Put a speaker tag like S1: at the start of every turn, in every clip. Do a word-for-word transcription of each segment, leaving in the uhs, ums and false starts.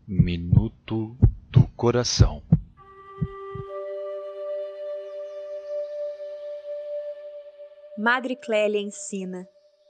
S1: Minuto do Coração.
S2: Madre Clélia ensina.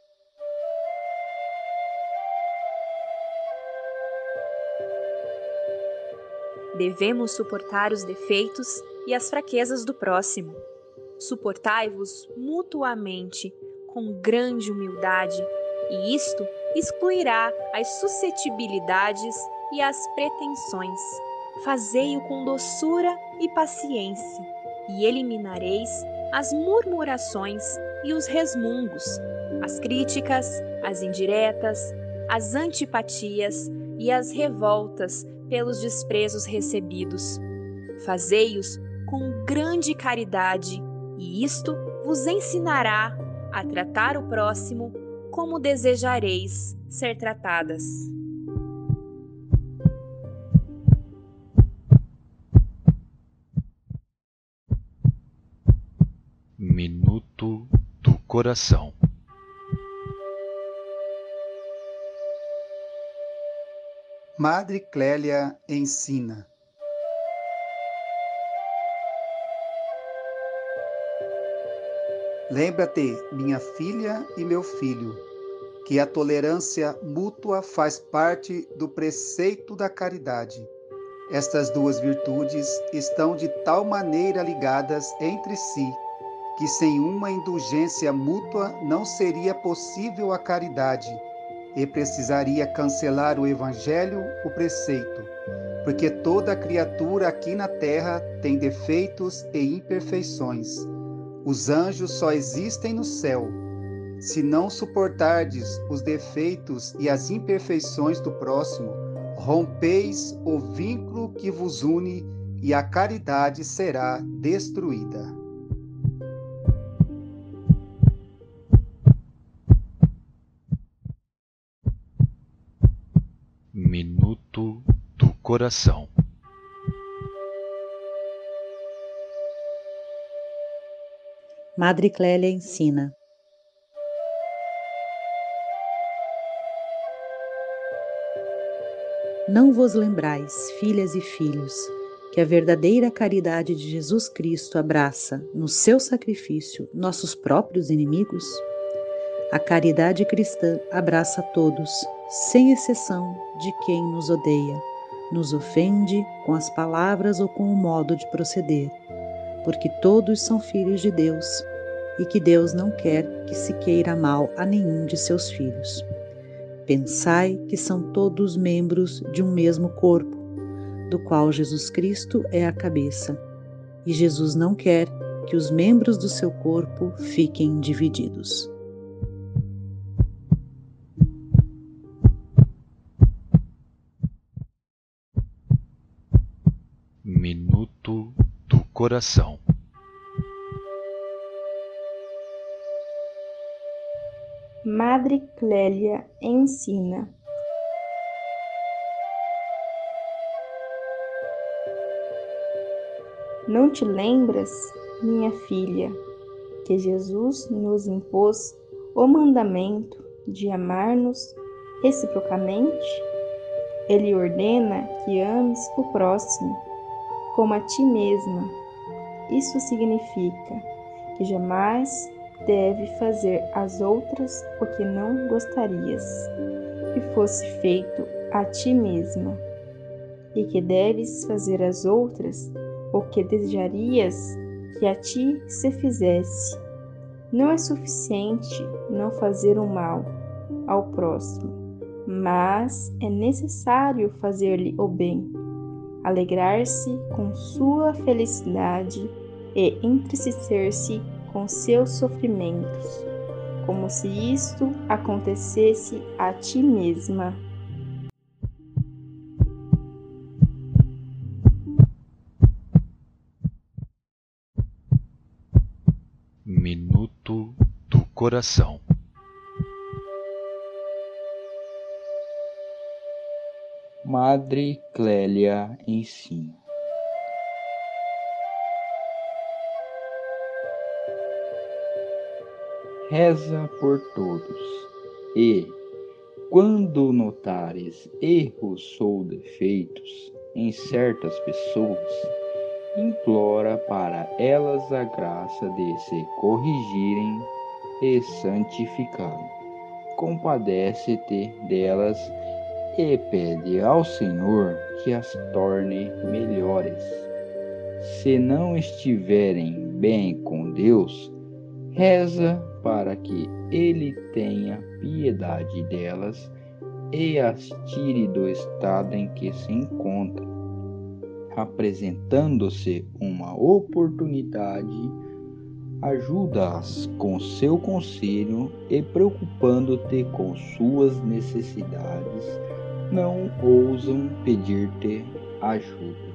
S2: Devemos suportar os defeitos e as fraquezas do próximo. Suportai-vos mutuamente com grande humildade, e isto excluirá as suscetibilidades e as pretensões. Fazei-o com doçura e paciência, e eliminareis as murmurações e os resmungos, as críticas, as indiretas, as antipatias e as revoltas pelos desprezos recebidos. Fazei-os com grande caridade, e isto vos ensinará a tratar o próximo como desejareis ser tratadas.
S1: Minuto do Coração.
S3: Madre Clélia ensina. Lembra-te, minha filha e meu filho, que a tolerância mútua faz parte do preceito da caridade. Estas duas virtudes estão de tal maneira ligadas entre si, que sem uma indulgência mútua não seria possível a caridade, e precisaria cancelar o Evangelho, o preceito, porque toda criatura aqui na terra tem defeitos e imperfeições. Os anjos só existem no céu. Se não suportardes os defeitos e as imperfeições do próximo, rompeis o vínculo que vos une e a caridade será destruída.
S1: Minuto do Coração.
S4: Madre Clélia ensina. Não vos lembrais, filhas e filhos, que a verdadeira caridade de Jesus Cristo abraça, no seu sacrifício, nossos próprios inimigos? A caridade cristã abraça a todos, sem exceção de quem nos odeia, nos ofende com as palavras ou com o modo de proceder, porque todos são filhos de Deus, e que Deus não quer que se queira mal a nenhum de seus filhos. Pensai que são todos membros de um mesmo corpo, do qual Jesus Cristo é a cabeça, e Jesus não quer que os membros do seu corpo fiquem divididos.
S1: Minuto do Coração.
S5: Madre Clélia ensina. Não te lembras, minha filha, que Jesus nos impôs o mandamento de amar-nos reciprocamente? Ele ordena que ames o próximo como a ti mesma. Isso significa que jamais deve fazer às outras o que não gostarias que fosse feito a ti mesma, e que deves fazer às outras o que desejarias que a ti se fizesse. Não é suficiente não fazer o mal ao próximo, mas é necessário fazer-lhe o bem, alegrar-se com sua felicidade e entristecer-se com seus sofrimentos, como se isto acontecesse a ti mesma.
S1: Minuto do Coração.
S6: Madre Clélia ensina. Reza por todos e, Quando notares erros ou defeitos em certas pessoas, implora para elas a graça de se corrigirem e santificarem. Compadece-te delas e pede ao Senhor que as torne melhores. Se não estiverem bem com Deus, reza para que Ele tenha piedade delas e as tire do estado em que se encontram, apresentando-se uma oportunidade, ajuda-as com seu conselho e, preocupando-te com suas necessidades, não ousam pedir-te ajuda.